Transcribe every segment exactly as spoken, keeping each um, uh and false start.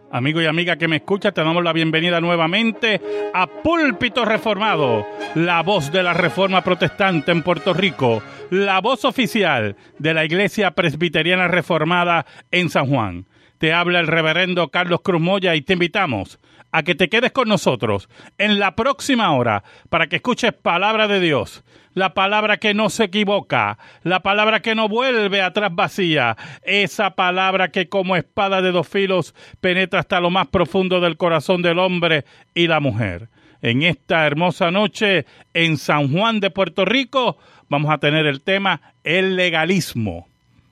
Amigo y amiga que me escucha, te damos la bienvenida nuevamente a Púlpito Reformado, la voz de la Reforma Protestante en Puerto Rico, la voz oficial de la Iglesia Presbiteriana Reformada en San Juan. Te habla el reverendo Carlos Cruz Moya y te invitamos a que te quedes con nosotros en la próxima hora para que escuches palabra de Dios, la palabra que no se equivoca, la palabra que no vuelve atrás vacía, esa palabra que como espada de dos filos penetra hasta lo más profundo del corazón del hombre y la mujer. En esta hermosa noche en San Juan de Puerto Rico vamos a tener el tema el legalismo.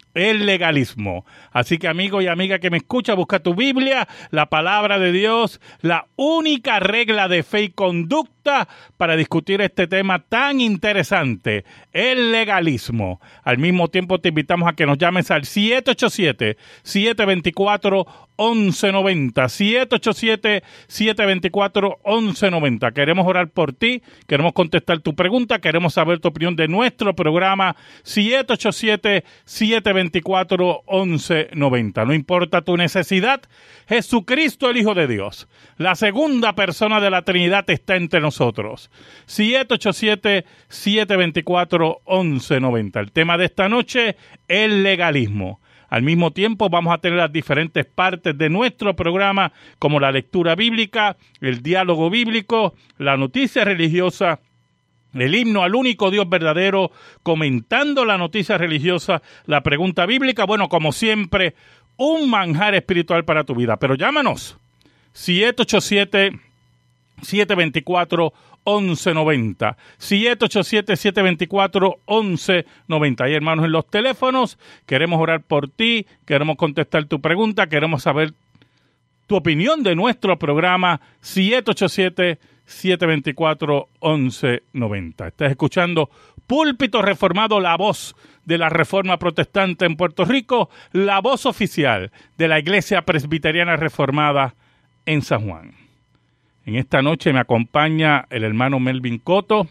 El legalismo. Así que amigo y amiga que me escucha, busca tu Biblia, la palabra de Dios, la única regla de fe y conducta para discutir este tema tan interesante, el legalismo. Al mismo tiempo te invitamos a que nos llames al siete ocho siete, siete dos cuatro, once noventa, siete ocho siete, siete dos cuatro, once noventa. Queremos orar por ti, queremos contestar tu pregunta, queremos saber tu opinión de nuestro programa siete ocho siete, siete dos cuatro, once noventa. No importa tu necesidad, Jesucristo el Hijo de Dios, la segunda persona de la Trinidad, está entre nosotros. siete ocho siete, siete dos cuatro, once noventa. El tema de esta noche, el legalismo. Al mismo tiempo vamos a tener las diferentes partes de nuestro programa, como la lectura bíblica, el diálogo bíblico, la noticia religiosa, el himno al único Dios verdadero, comentando la noticia religiosa, la pregunta bíblica, bueno, como siempre, un manjar espiritual para tu vida. Pero llámanos, siete ocho siete, siete dos cuatro, once noventa, siete ocho siete, siete dos cuatro, once noventa. Y hermanos, en los teléfonos, queremos orar por ti, queremos contestar tu pregunta, queremos saber tu opinión de nuestro programa, siete ocho siete, siete dos cuatro, once noventa. Estás escuchando Púlpito Reformado, la voz de la Reforma Protestante en Puerto Rico, la voz oficial de la Iglesia Presbiteriana Reformada en San Juan. En esta noche me acompaña el hermano Melvin Coto.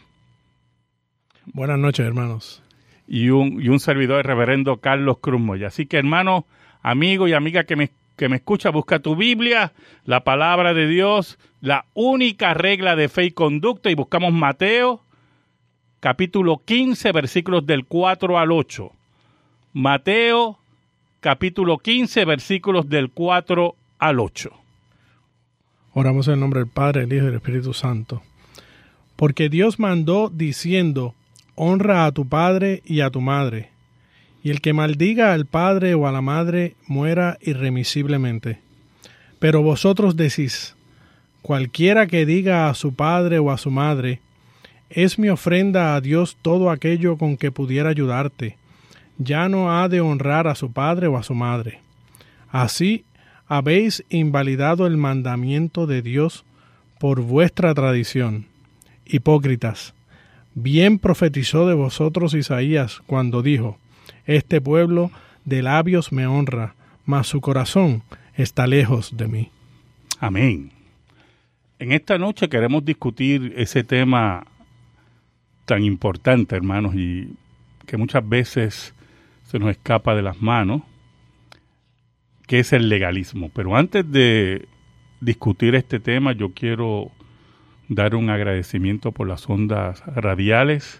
Buenas noches, hermanos. Y un, y un servidor, el reverendo Carlos Cruz Moya. Así que, hermano, amigo y amiga que me, que me escucha, busca tu Biblia, la palabra de Dios, la única regla de fe y conducta, y buscamos Mateo, capítulo quince, versículos del cuatro al ocho. Mateo, capítulo quince, versículos del cuatro al ocho. Oramos en el nombre del Padre, el Hijo y del Espíritu Santo. Porque Dios mandó diciendo, honra a tu padre y a tu madre, y el que maldiga al padre o a la madre muera irremisiblemente. Pero vosotros decís, cualquiera que diga a su padre o a su madre, es mi ofrenda a Dios todo aquello con que pudiera ayudarte, ya no ha de honrar a su padre o a su madre. Así habéis invalidado el mandamiento de Dios por vuestra tradición. Hipócritas, bien profetizó de vosotros Isaías cuando dijo, este pueblo de labios me honra, mas su corazón está lejos de mí. Amén. En esta noche queremos discutir ese tema tan importante, hermanos, y que muchas veces se nos escapa de las manos, que es el legalismo. Pero antes de discutir este tema, yo quiero dar un agradecimiento por las ondas radiales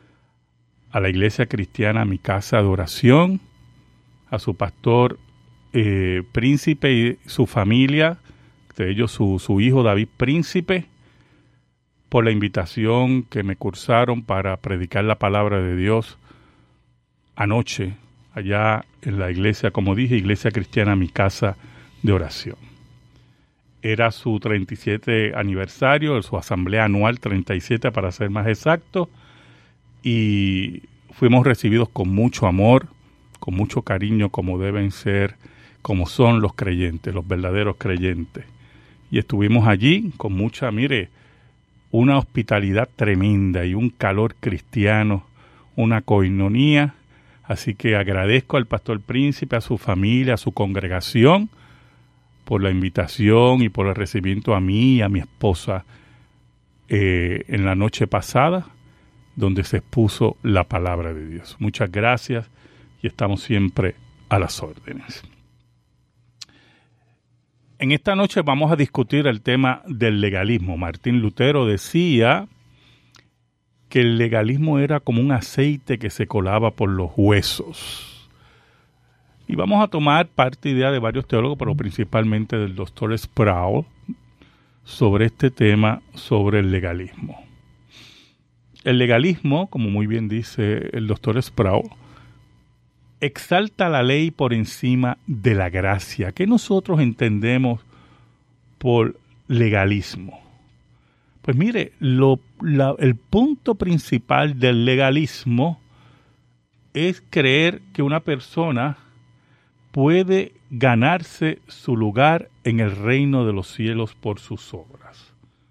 a la Iglesia Cristiana Mi Casa de Oración, a su pastor eh, Príncipe y su familia, de ellos su, su hijo David Príncipe, por la invitación que me cursaron para predicar la palabra de Dios anoche, allá en la iglesia, como dije, Iglesia Cristiana Mi Casa de Oración. Era su treinta y siete aniversario, su asamblea anual, treinta y siete para ser más exacto, y fuimos recibidos con mucho amor, con mucho cariño, como deben ser, como son los creyentes, los verdaderos creyentes. Y estuvimos allí con mucha, mire, una hospitalidad tremenda y un calor cristiano, una coinonía. Así que agradezco al pastor Príncipe, a su familia, a su congregación, por la invitación y por el recibimiento a mí y a mi esposa eh, en la noche pasada, donde se expuso la palabra de Dios. Muchas gracias y estamos siempre a las órdenes. En esta noche vamos a discutir el tema del legalismo. Martín Lutero decía que el legalismo era como un aceite que se colaba por los huesos. Y vamos a tomar parte idea de varios teólogos, pero principalmente del doctor Sproul, sobre este tema, sobre el legalismo. El legalismo, como muy bien dice el doctor Sproul, exalta la ley por encima de la gracia. ¿Qué nosotros entendemos por legalismo? Pues mire, lo, la, el punto principal del legalismo es creer que una persona puede ganarse su lugar en el reino de los cielos por sus obras.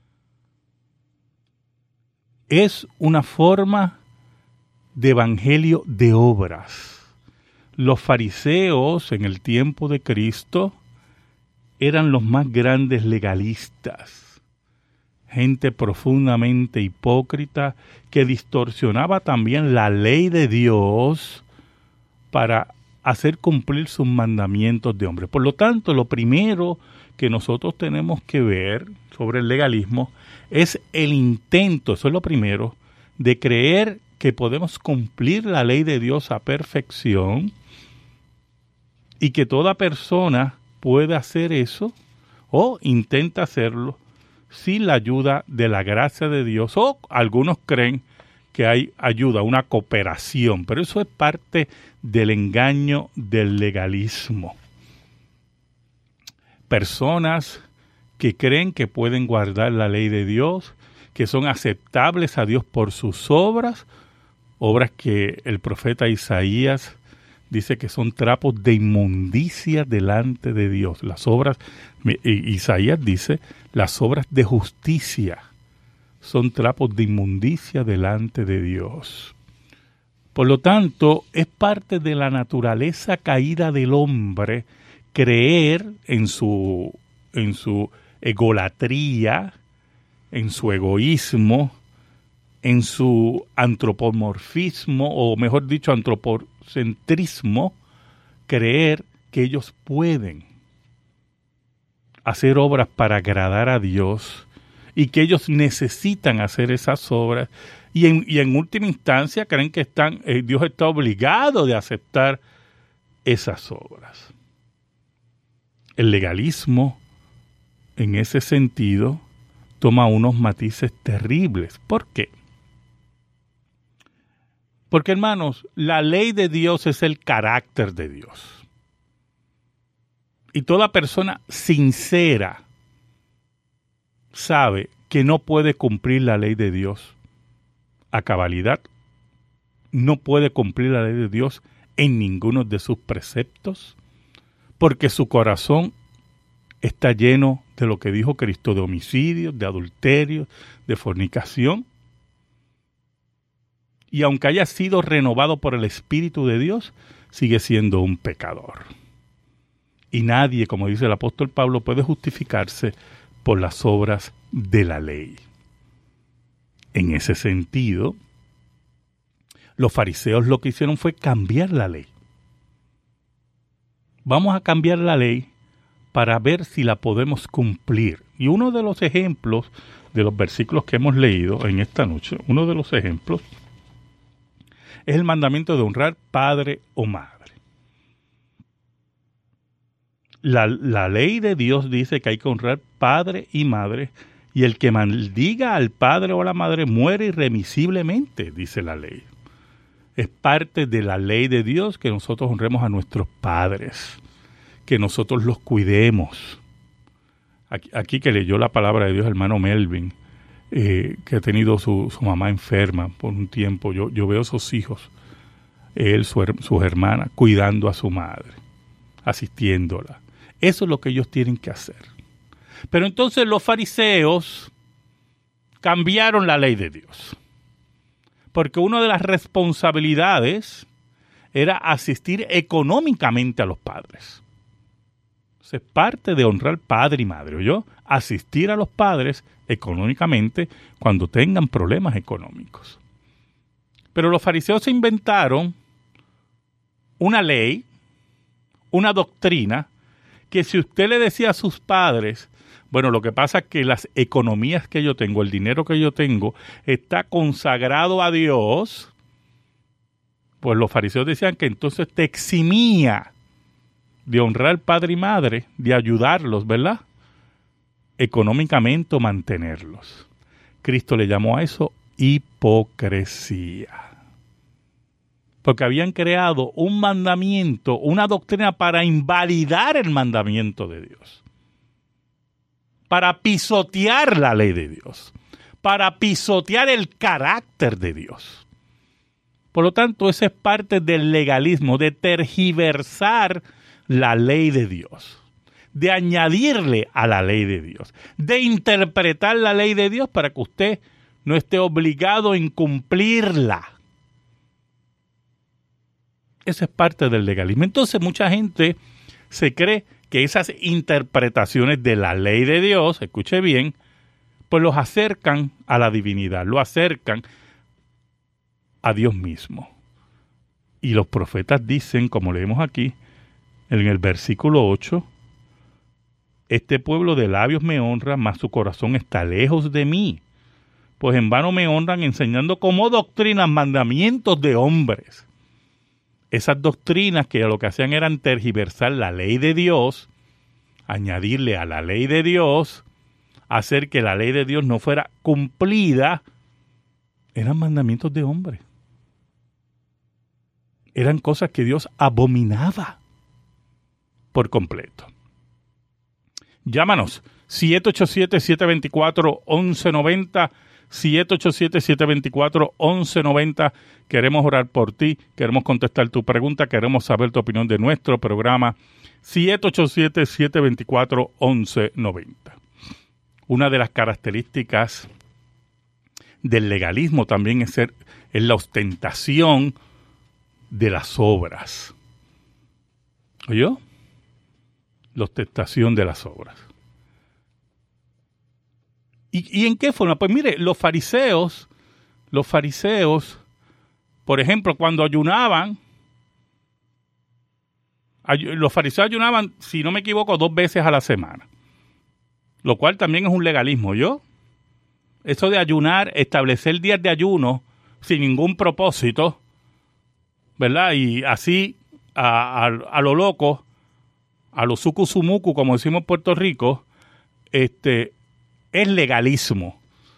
Es una forma de evangelio de obras. Los fariseos en el tiempo de Cristo eran los más grandes legalistas, gente profundamente hipócrita que distorsionaba también la ley de Dios para hacer cumplir sus mandamientos de hombre. Por lo tanto, lo primero que nosotros tenemos que ver sobre el legalismo es el intento, eso es lo primero, de creer que podemos cumplir la ley de Dios a perfección y que toda persona puede hacer eso o intenta hacerlo sin la ayuda de la gracia de Dios, o algunos creen que hay ayuda, una cooperación, pero eso es parte del engaño del legalismo. Personas que creen que pueden guardar la ley de Dios, que son aceptables a Dios por sus obras, obras que el profeta Isaías dice que son trapos de inmundicia delante de Dios. Las obras, Isaías dice, las obras de justicia son trapos de inmundicia delante de Dios. Por lo tanto, es parte de la naturaleza caída del hombre creer en su, en su egolatría, en su egoísmo, en su antropomorfismo, o mejor dicho, antropocentrismo, creer que ellos pueden hacer obras para agradar a Dios y que ellos necesitan hacer esas obras, y en, y en última instancia creen que están, eh, Dios está obligado de aceptar esas obras. El legalismo, en ese sentido, toma unos matices terribles. ¿Por qué? Porque, hermanos, la ley de Dios es el carácter de Dios. Y toda persona sincera sabe que no puede cumplir la ley de Dios a cabalidad, no puede cumplir la ley de Dios en ninguno de sus preceptos, porque su corazón está lleno de lo que dijo Cristo, de homicidios, de adulterios, de fornicación. Y aunque haya sido renovado por el Espíritu de Dios, sigue siendo un pecador. Y nadie, como dice el apóstol Pablo, puede justificarse por las obras de la ley. En ese sentido, los fariseos lo que hicieron fue cambiar la ley. Vamos a cambiar la ley para ver si la podemos cumplir. Y uno de los ejemplos de los versículos que hemos leído en esta noche, uno de los ejemplos, es el mandamiento de honrar padre o madre. La, la ley de Dios dice que hay que honrar padre y madre, y el que maldiga al padre o a la madre muere irremisiblemente, dice la ley. Es parte de la ley de Dios que nosotros honremos a nuestros padres, que nosotros los cuidemos. Aquí, aquí que leyó la palabra de Dios el hermano Melvin, eh, que ha tenido su, su mamá enferma por un tiempo, yo, yo veo a sus hijos, él, su, sus hermanas, cuidando a su madre, asistiéndola. Eso es lo que ellos tienen que hacer. Pero entonces los fariseos cambiaron la ley de Dios. Porque una de las responsabilidades era asistir económicamente a los padres. Es parte de honrar padre y madre, ¿oyó? Asistir a los padres económicamente cuando tengan problemas económicos. Pero los fariseos se inventaron una ley, una doctrina, que si usted le decía a sus padres, bueno, lo que pasa es que las economías que yo tengo, el dinero que yo tengo, está consagrado a Dios, pues los fariseos decían que entonces te eximía de honrar padre y madre, de ayudarlos, ¿verdad? Económicamente o mantenerlos. Cristo le llamó a eso hipocresía. Porque habían creado un mandamiento, una doctrina para invalidar el mandamiento de Dios. Para pisotear la ley de Dios. Para pisotear el carácter de Dios. Por lo tanto, esa es parte del legalismo, de tergiversar la ley de Dios. De añadirle a la ley de Dios. De interpretar la ley de Dios para que usted no esté obligado en cumplirla. Esa es parte del legalismo. Entonces mucha gente se cree que esas interpretaciones de la ley de Dios, escuche bien, pues los acercan a la divinidad, lo acercan a Dios mismo. Y los profetas dicen, como leemos aquí, en el versículo ocho, este pueblo de labios me honra, mas su corazón está lejos de mí. Pues en vano me honran enseñando como doctrinas mandamientos de hombres. Esas doctrinas que lo que hacían eran tergiversar la ley de Dios, añadirle a la ley de Dios, hacer que la ley de Dios no fuera cumplida, eran mandamientos de hombres. Eran cosas que Dios abominaba por completo. Llámanos siete ocho siete, siete dos cuatro, once noventa, siete ocho siete, siete dos cuatro, once noventa. Queremos orar por ti, queremos contestar tu pregunta, queremos saber tu opinión de nuestro programa. siete ocho siete, siete dos cuatro, once noventa. Una de las características del legalismo también es, ser, es la ostentación de las obras. ¿Oyó? La ostentación de las obras. ¿Y, ¿Y en qué forma? Pues mire, los fariseos, los fariseos, por ejemplo, cuando ayunaban, ay, los fariseos ayunaban, si no me equivoco, dos veces a la semana. Lo cual también es un legalismo, ¿yo? Eso de ayunar, establecer días de ayuno sin ningún propósito, ¿verdad? Y así, a, a, a lo loco, a lo sucusumucu, como decimos en Puerto Rico, este, es legalismo.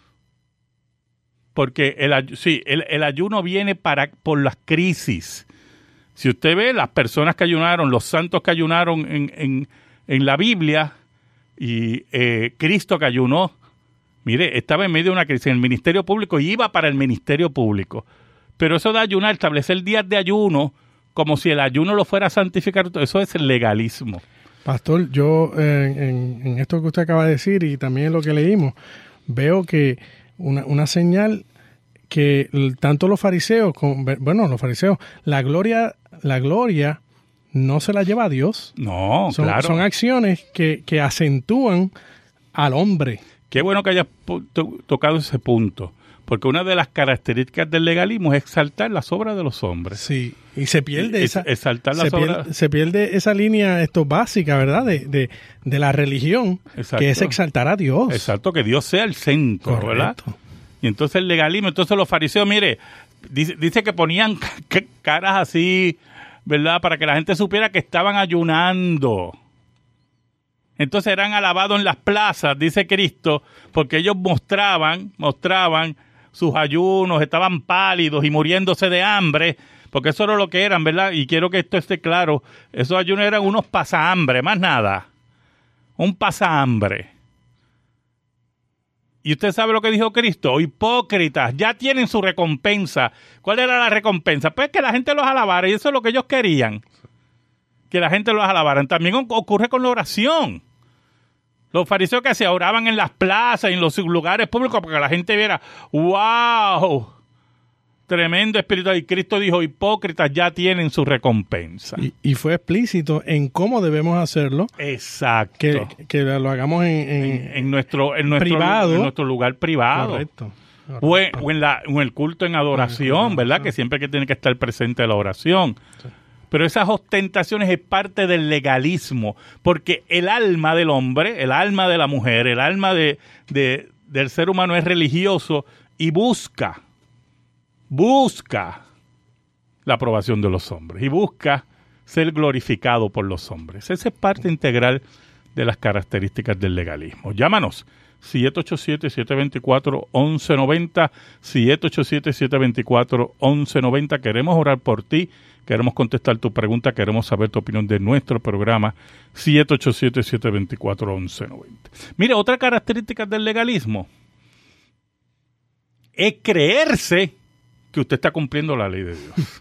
Porque el, sí, el, el ayuno viene para, por las crisis. Si usted ve las personas que ayunaron, los santos que ayunaron en, en, en la Biblia, y eh, Cristo que ayunó, mire, estaba en medio de una crisis en el ministerio público y iba para el ministerio público. Pero eso de ayunar, establecer días de ayuno, como si el ayuno lo fuera a santificar, eso es el legalismo. Pastor, yo eh, en, en esto que usted acaba de decir y también en lo que leímos, veo que una, una señal que tanto los fariseos, como, bueno, los fariseos, la gloria, la gloria no se la lleva a Dios. No, son, claro. Son acciones que, que acentúan al hombre. Qué bueno que hayas to- tocado ese punto. Porque una de las características del legalismo es exaltar las obras de los hombres. Sí, y se pierde es, esa exaltar las se obras. Pierde, se pierde esa línea esto básica, ¿verdad? De, de, de la religión, exacto, que es exaltar a Dios. Exacto, que Dios sea el centro, correcto, ¿verdad? Y entonces el legalismo, entonces los fariseos, mire, dice, dice que ponían c- caras así, ¿verdad? Para que la gente supiera que estaban ayunando. Entonces eran alabados en las plazas, dice Cristo, porque ellos mostraban, mostraban sus ayunos, estaban pálidos y muriéndose de hambre, porque eso era lo que eran, ¿verdad? Y quiero que esto esté claro, esos ayunos eran unos pasahambre, más nada, un pasahambre. Y usted sabe lo que dijo Cristo, hipócritas, ya tienen su recompensa. ¿Cuál era la recompensa? Pues que la gente los alabara, y eso es lo que ellos querían, que la gente los alabara. También ocurre con la oración. Los fariseos que se oraban en las plazas, en los lugares públicos, para que la gente viera, ¡wow! Tremendo espiritual. Y Cristo dijo, hipócritas ya tienen su recompensa. Y, y fue explícito en cómo debemos hacerlo. Exacto. Que, que lo hagamos en, en, en, en, nuestro, en, nuestro, privado. en nuestro lugar privado. Correcto. Correcto. O, en, o, en la, o en el culto en adoración, ¿verdad? Que siempre que tiene que estar presente la oración. Sí. Pero esas ostentaciones es parte del legalismo, porque el alma del hombre, el alma de la mujer, el alma de, de, del ser humano es religioso y busca, busca la aprobación de los hombres y busca ser glorificado por los hombres. Esa es parte integral de las características del legalismo. Llámanos siete ocho siete, siete dos cuatro, once noventa, siete ocho siete, siete dos cuatro, once noventa. Queremos orar por ti, queremos contestar tu pregunta, queremos saber tu opinión de nuestro programa, siete ocho siete, siete dos cuatro, once noventa. Mire, otra característica del legalismo es creerse que usted está cumpliendo la ley de Dios.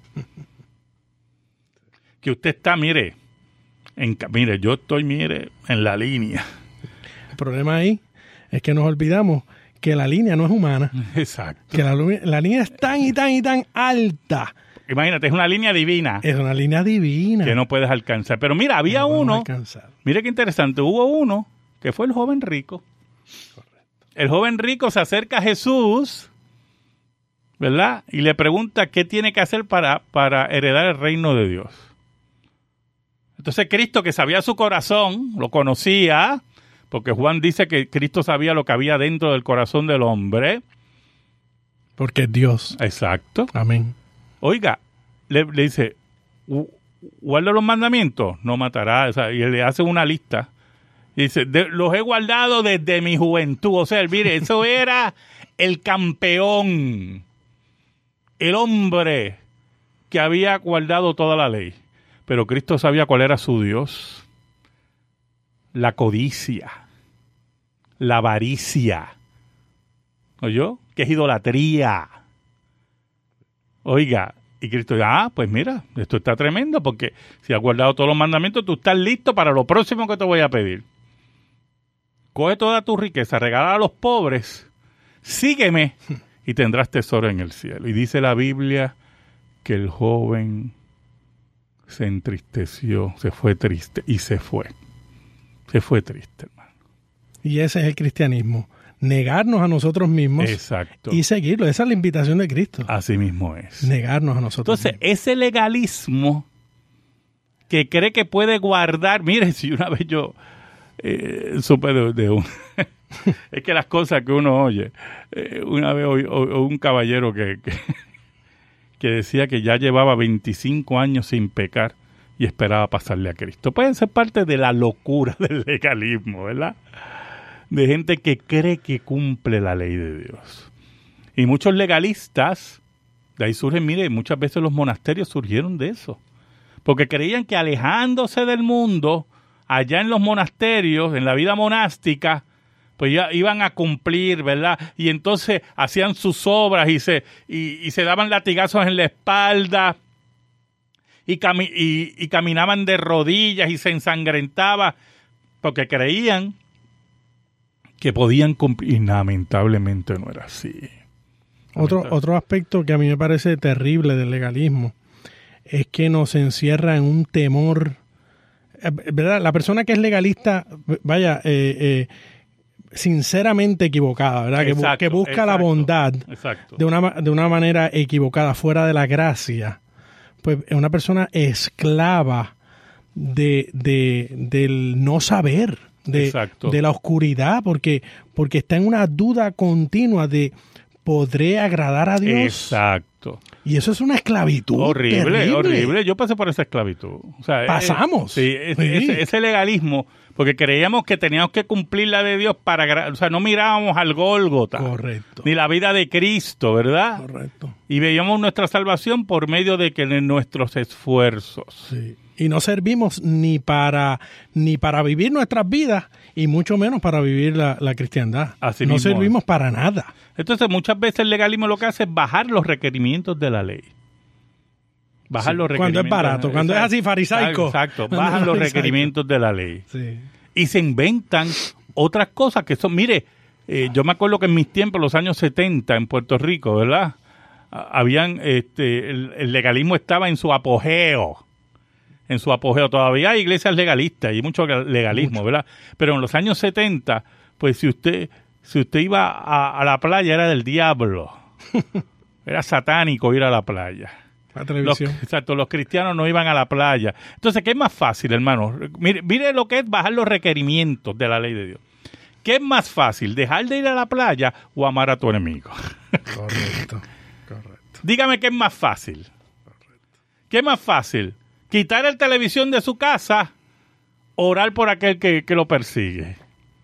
Que usted está, mire, en, mire, yo estoy, mire, en la línea. El problema ahí es que nos olvidamos que la línea no es humana. Exacto. Que la, la línea es tan y tan y tan alta. Imagínate, es una línea divina. Es una línea divina. Que no puedes alcanzar. Pero mira, había no uno, alcanzar. Mira qué interesante, hubo uno que fue el joven rico. Correcto. El joven rico se acerca a Jesús, ¿verdad? Y le pregunta qué tiene que hacer para, para heredar el reino de Dios. Entonces Cristo, que sabía su corazón, lo conocía, porque Juan dice que Cristo sabía lo que había dentro del corazón del hombre. Porque es Dios. Exacto. Amén. Oiga, le, le dice, guarda los mandamientos, no matarás. O sea, y le hace una lista. Y dice, de, los he guardado desde mi juventud. O sea, mire, eso era el campeón, el hombre que había guardado toda la ley. Pero Cristo sabía cuál era su Dios. La codicia, la avaricia. ¿Oyó? ¿Qué es idolatría? Oiga, y Cristo dice, ah, pues mira, esto está tremendo, porque si has guardado todos los mandamientos, tú estás listo para lo próximo que te voy a pedir. Coge toda tu riqueza, regala a los pobres, sígueme y tendrás tesoro en el cielo. Y dice la Biblia que el joven se entristeció, se fue triste y se fue. Se fue triste, hermano. Y ese es el cristianismo. Negarnos a nosotros mismos. Exacto. Y seguirlo. Esa es la invitación de Cristo. Así mismo es. Negarnos a nosotros Entonces, mismos. ese legalismo que cree que puede guardar... Mire, si una vez yo eh, supe de, de un... es que las cosas que uno oye... Eh, una vez oí, oí un caballero que... que que decía que ya llevaba veinticinco años sin pecar y esperaba pasarle a Cristo. Puede ser parte de la locura del legalismo, ¿verdad? De gente que cree que cumple la ley de Dios. Y muchos legalistas, de ahí surgen, mire, muchas veces los monasterios surgieron de eso. Porque creían que alejándose del mundo, allá en los monasterios, en la vida monástica, pues ya iban a cumplir, ¿verdad? Y entonces hacían sus obras y se, y, y se daban latigazos en la espalda y, cami- y, y caminaban de rodillas y se ensangrentaba porque creían que podían cumplir. Y lamentablemente no era así. Otro, otro aspecto que a mí me parece terrible del legalismo es que nos encierra en un temor, ¿verdad? La persona que es legalista, vaya, eh, eh, sinceramente equivocada, ¿verdad? Exacto, que, que busca exacto, la bondad exacto. de una, de una manera equivocada, fuera de la gracia, pues es una persona esclava de, de, del no saber, de, de la oscuridad, porque, porque está en una duda continua de ¿podré agradar a Dios? Exacto. Y eso es una esclavitud horrible, terrible. horrible. Yo pasé por esa esclavitud. O sea, Pasamos. Eh, sí, ese, sí. Ese, ese legalismo, porque creíamos que teníamos que cumplir la de Dios para... O sea, no mirábamos al Gólgota. Correcto. Ni la vida de Cristo, ¿verdad? Correcto. Y veíamos nuestra salvación por medio de que de nuestros esfuerzos. Sí. Y no servimos ni para ni para vivir nuestras vidas y mucho menos para vivir la, la cristiandad. Así no mismo servimos es. para nada. Entonces, muchas veces el legalismo lo que hace es bajar los requerimientos de la ley. Bajar sí, los requerimientos. Cuando es barato, cuando exacto, es así farisaico. Exacto, bajan los requerimientos de la ley. Sí. Y se inventan otras cosas que son, mire, eh, yo me acuerdo que en mis tiempos, los años setenta, en Puerto Rico, ¿verdad? Habían, este, el, el legalismo estaba en su apogeo. En su apogeo. Todavía hay iglesias legalistas y mucho legalismo, mucho. ¿verdad? Pero en los años setenta, pues si usted, si usted iba a, a la playa era del diablo. Era satánico ir a la playa. La televisión. Los, exacto, los cristianos no iban a la playa. Entonces, ¿qué es más fácil, hermano? Mire, mire lo que es bajar los requerimientos de la ley de Dios. ¿Qué es más fácil, dejar de ir a la playa o amar a tu enemigo? Correcto, correcto. Dígame qué es más fácil. Correcto. ¿Qué es más fácil? ¿Quitar el televisión de su casa o orar por aquel que, que lo persigue?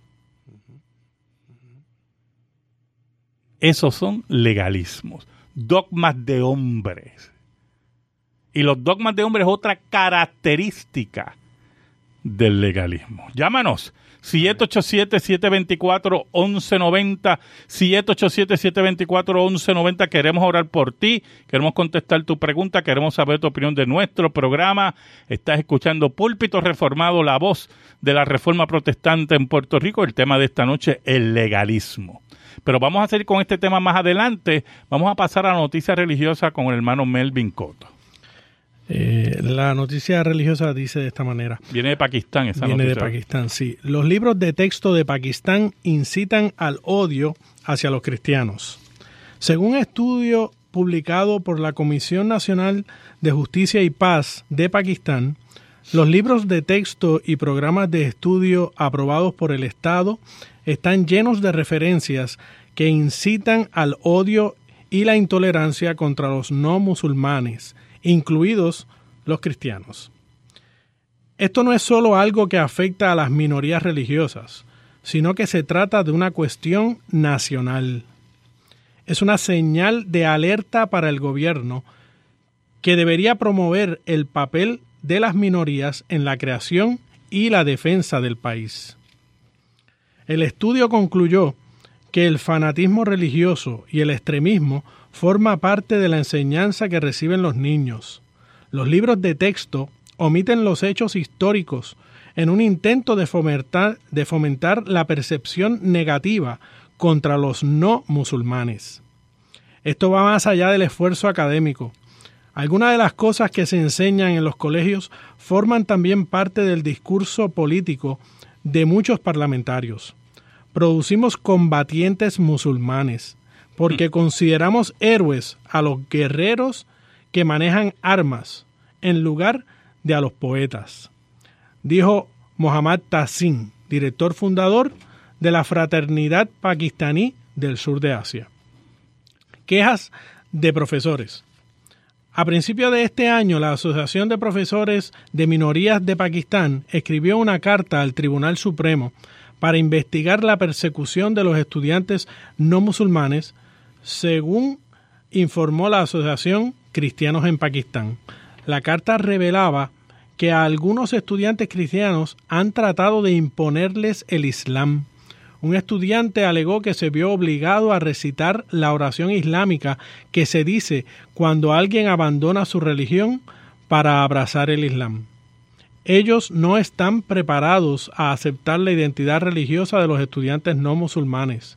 Esos son legalismos, dogmas de hombres. Y los dogmas de hombres es otra característica del legalismo. Llámanos. siete ocho siete, siete dos cuatro, once noventa, siete ocho siete, siete dos cuatro, once noventa. Queremos orar por ti, queremos contestar tu pregunta, queremos saber tu opinión de nuestro programa. Estás escuchando Púlpito Reformado, la voz de la Reforma Protestante en Puerto Rico. El tema de esta noche, el legalismo. Pero vamos a seguir con este tema más adelante. Vamos a pasar a la noticia religiosa con el hermano Melvin Cotto. Eh, la noticia religiosa dice de esta manera. Viene de Pakistán esa Viene noticia. de Pakistán, sí. Los libros de texto de Pakistán incitan al odio hacia los cristianos. Según un estudio publicado por la Comisión Nacional de Justicia y Paz de Pakistán, los libros de texto y programas de estudio aprobados por el Estado están llenos de referencias que incitan al odio y la intolerancia contra los no musulmanes, incluidos los cristianos. Esto no es solo algo que afecta a las minorías religiosas, sino que se trata de una cuestión nacional. Es una señal de alerta para el gobierno que debería promover el papel de las minorías en la creación y la defensa del país. El estudio concluyó que el fanatismo religioso y el extremismo forma parte de la enseñanza que reciben los niños. Los libros de texto omiten los hechos históricos en un intento de fomentar, de fomentar la percepción negativa contra los no musulmanes. Esto va más allá del esfuerzo académico. Algunas de las cosas que se enseñan en los colegios forman también parte del discurso político de muchos parlamentarios. Producimos combatientes musulmanes porque consideramos héroes a los guerreros que manejan armas en lugar de a los poetas, dijo Mohammad Tahsin, director fundador de la Fraternidad Pakistaní del Sur de Asia. Quejas de profesores. A principios de este año, la Asociación de Profesores de Minorías de Pakistán escribió una carta al Tribunal Supremo para investigar la persecución de los estudiantes no musulmanes, según informó la Asociación Cristianos en Pakistán. La carta revelaba que a algunos estudiantes cristianos han tratado de imponerles el Islam. Un estudiante alegó que se vio obligado a recitar la oración islámica que se dice cuando alguien abandona su religión para abrazar el Islam. Ellos no están preparados a aceptar la identidad religiosa de los estudiantes no musulmanes,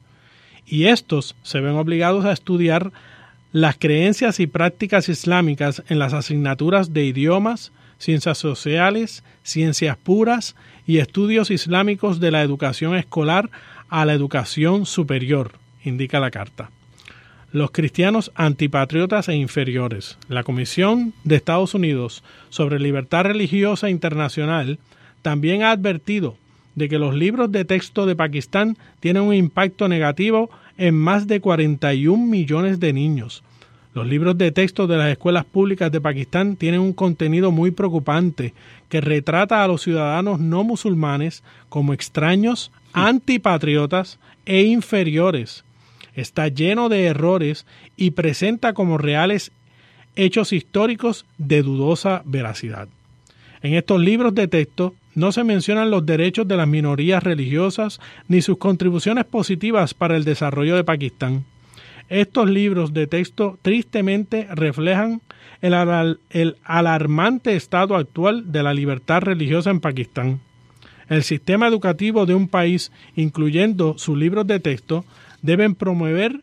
y estos se ven obligados a estudiar las creencias y prácticas islámicas en las asignaturas de idiomas, ciencias sociales, ciencias puras y estudios islámicos de la educación escolar a la educación superior, indica la carta. Los cristianos antipatriotas e inferiores. La Comisión de Estados Unidos sobre Libertad Religiosa Internacional también ha advertido de que los libros de texto de Pakistán tienen un impacto negativo en más de cuarenta y un millones de niños. Los libros de texto de las escuelas públicas de Pakistán tienen un contenido muy preocupante que retrata a los ciudadanos no musulmanes como extraños, antipatriotas e inferiores. Está lleno de errores y presenta como reales hechos históricos de dudosa veracidad. En estos libros de texto no se mencionan los derechos de las minorías religiosas ni sus contribuciones positivas para el desarrollo de Pakistán. Estos libros de texto tristemente reflejan el, al- el alarmante estado actual de la libertad religiosa en Pakistán. El sistema educativo de un país, incluyendo sus libros de texto, deben promover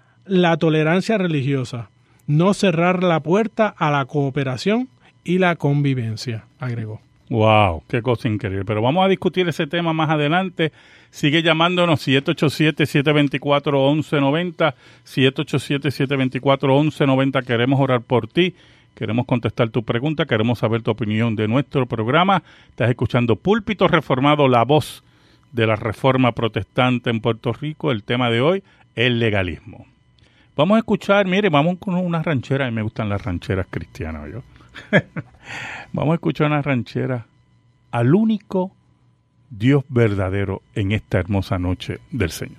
la tolerancia religiosa, no cerrar la puerta a la cooperación y la convivencia, agregó. Wow, qué cosa increíble. Pero vamos a discutir ese tema más adelante. Sigue llamándonos siete ocho siete, siete dos cuatro, once noventa, siete ocho siete, siete dos cuatro, once noventa. Queremos orar por ti, Queremos contestar tu pregunta, queremos saber tu opinión de nuestro programa. Estás escuchando Púlpito Reformado, la voz de la Reforma Protestante en Puerto Rico. El tema de hoy, el legalismo. Vamos a escuchar, mire, vamos con una ranchera. A mí me gustan las rancheras cristianas, ¿yo? Vamos a escuchar una ranchera al único Dios verdadero en esta hermosa noche del Señor.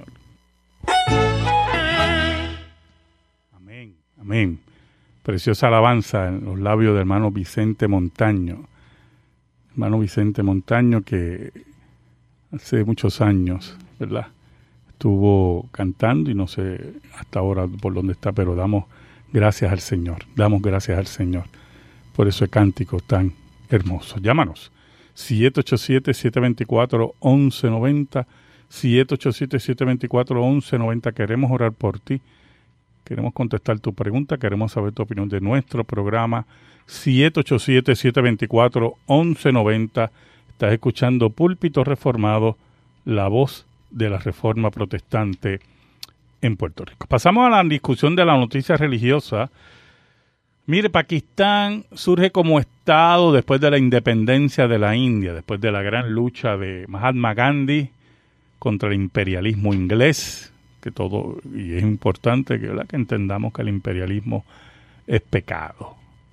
Amén, amén. Preciosa alabanza en los labios del hermano Vicente Montaño. Hermano Vicente Montaño que hace muchos años, ¿verdad?, estuvo cantando y no sé hasta ahora por dónde está, pero damos gracias al Señor, damos gracias al Señor por ese cántico tan hermoso. Llámanos, siete ocho siete, siete dos cuatro, once noventa, siete ocho siete, siete dos cuatro, once noventa. Queremos orar por ti. Queremos contestar tu pregunta, queremos saber tu opinión de nuestro programa. siete ocho siete, siete dos cuatro, once noventa. Estás escuchando Púlpito Reformado, la voz de la Reforma Protestante en Puerto Rico. Pasamos a la discusión de la noticia religiosa. Mire, Pakistán surge como estado después de la independencia de la India, después de la gran lucha de Mahatma Gandhi contra el imperialismo inglés. Que todo, y es importante que, ¿verdad?, que entendamos que el imperialismo es pecado.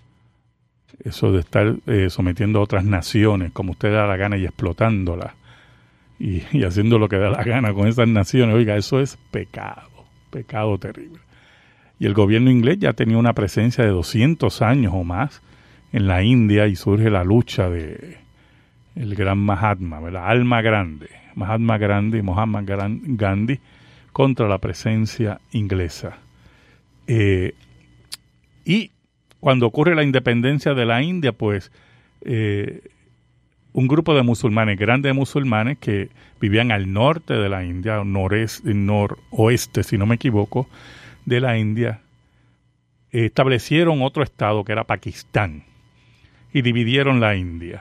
Eso de estar eh, sometiendo a otras naciones como usted da la gana y explotándolas y, y haciendo lo que da la gana con esas naciones, oiga, eso es pecado, pecado terrible. Y el gobierno inglés ya tenía una presencia de doscientos años o más en la India y surge la lucha de el gran Mahatma, ¿verdad?, alma grande, Mahatma Gandhi, Mahatma Gandhi, contra la presencia inglesa. Eh, y cuando ocurre la independencia de la India, pues eh, un grupo de musulmanes, grandes musulmanes que vivían al norte de la India, noreste, noroeste, si no me equivoco, de la India, eh, establecieron otro estado que era Pakistán y dividieron la India.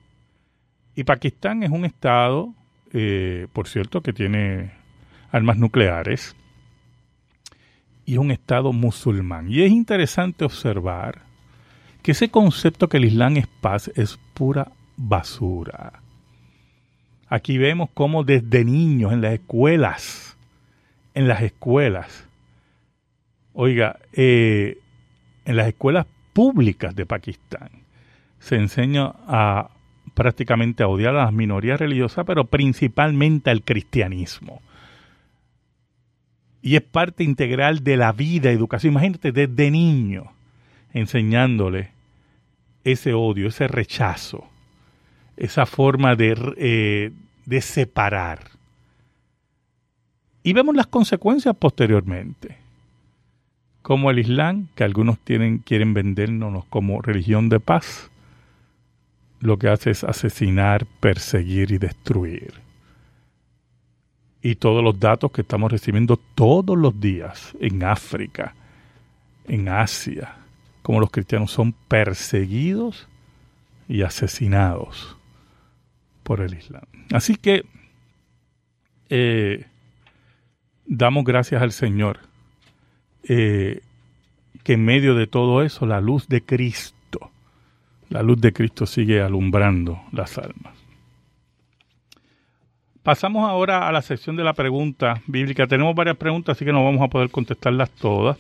Y Pakistán es un estado, eh, por cierto, que tiene armas nucleares, y es un estado musulmán. Y es interesante observar que ese concepto que el Islam es paz es pura basura. Aquí vemos cómo desde niños en las escuelas, en las escuelas, oiga, eh, en las escuelas públicas de Pakistán se enseña a prácticamente a odiar a las minorías religiosas, pero principalmente al cristianismo. Y es parte integral de la vida, educación. Imagínate desde niño enseñándole ese odio, ese rechazo, esa forma de, eh, de separar. Y vemos las consecuencias posteriormente. Como el Islam, que algunos tienen, quieren vendernos como religión de paz, lo que hace es asesinar, perseguir y destruir. Y todos los datos que estamos recibiendo todos los días en África, en Asia, como los cristianos son perseguidos y asesinados por el Islam. Así que eh, damos gracias al Señor eh, que en medio de todo eso la luz de Cristo, la luz de Cristo sigue alumbrando las almas. Pasamos ahora a la sección de la pregunta bíblica. Tenemos varias preguntas, así que no vamos a poder contestarlas todas.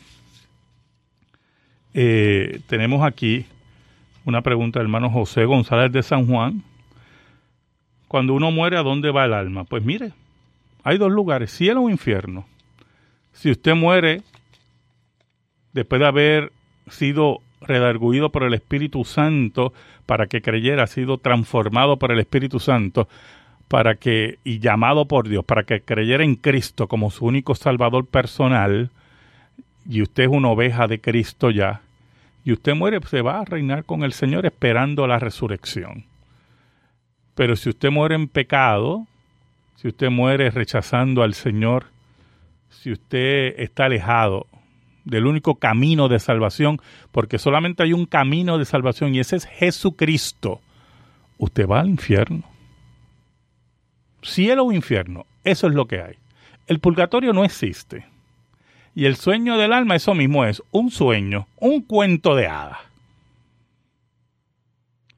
Eh, tenemos aquí una pregunta del hermano José González de San Juan. Cuando uno muere, ¿a dónde va el alma? Pues mire, hay dos lugares, cielo o infierno. Si usted muere después de haber sido redarguido por el Espíritu Santo para que creyera, ha sido transformado por el Espíritu Santo, para que y llamado por Dios, para que creyera en Cristo como su único Salvador personal, y usted es una oveja de Cristo ya, y usted muere, se va a reinar con el Señor esperando la resurrección. Pero si usted muere en pecado, si usted muere rechazando al Señor, si usted está alejado del único camino de salvación, porque solamente hay un camino de salvación y ese es Jesucristo, usted va al infierno. Cielo o infierno, eso es lo que hay. El purgatorio no existe. Y el sueño del alma, eso mismo es, un sueño, un cuento de hadas.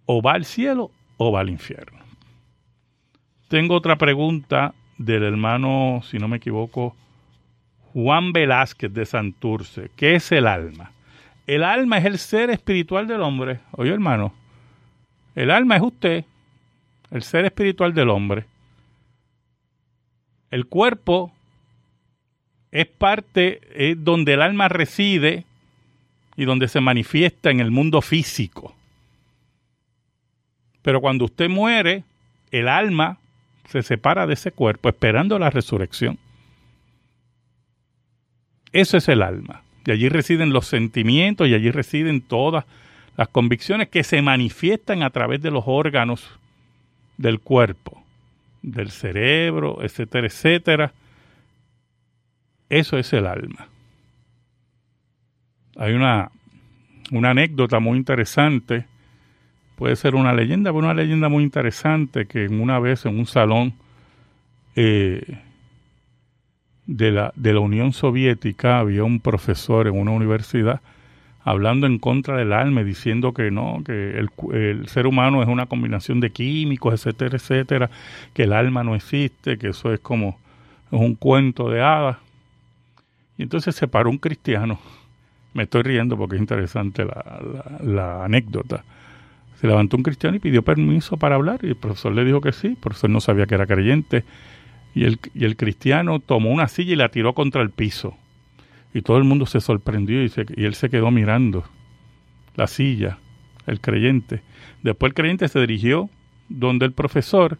o va al cielo o va al infierno. Tengo otra pregunta del hermano, si no me equivoco, Juan Velázquez de Santurce. ¿Qué es el alma? El alma es el ser espiritual del hombre. Oye, hermano, el alma es usted, el ser espiritual del hombre. El cuerpo es parte, es donde el alma reside y donde se manifiesta en el mundo físico. Pero cuando usted muere, el alma se separa de ese cuerpo esperando la resurrección. Eso es el alma. Y allí residen los sentimientos y allí residen todas las convicciones que se manifiestan a través de los órganos del cuerpo, del cerebro, etcétera, etcétera. Eso es el alma. Hay una, una anécdota muy interesante, puede ser una leyenda, pero una leyenda muy interesante, que una vez en un salón eh, de la, de la Unión Soviética había un profesor en una universidad hablando en contra del alma, diciendo que no, que el, el ser humano es una combinación de químicos, etcétera, etcétera, que el alma no existe, que eso es como es un cuento de hadas. Y entonces se paró un cristiano. Me estoy riendo porque es interesante la, la, la anécdota. Se levantó un cristiano y pidió permiso para hablar, y el profesor le dijo que sí. El profesor no sabía que era creyente. Y el, y el cristiano tomó una silla y la tiró contra el piso. Y todo el mundo se sorprendió y, se, y él se quedó mirando la silla, el creyente. Después el creyente se dirigió donde el profesor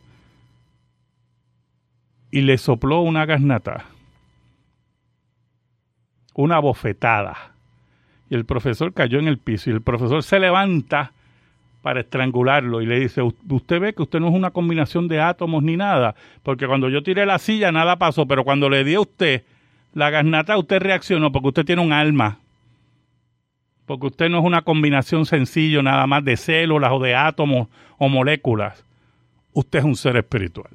y le sopló una garnata, una bofetada. Y el profesor cayó en el piso y el profesor se levanta para estrangularlo y le dice: usted ve que usted no es una combinación de átomos ni nada, porque cuando yo tiré la silla nada pasó, pero cuando le di a usted la garnata usted reaccionó porque usted tiene un alma, porque usted no es una combinación sencilla nada más de células o de átomos o moléculas. Usted es un ser espiritual.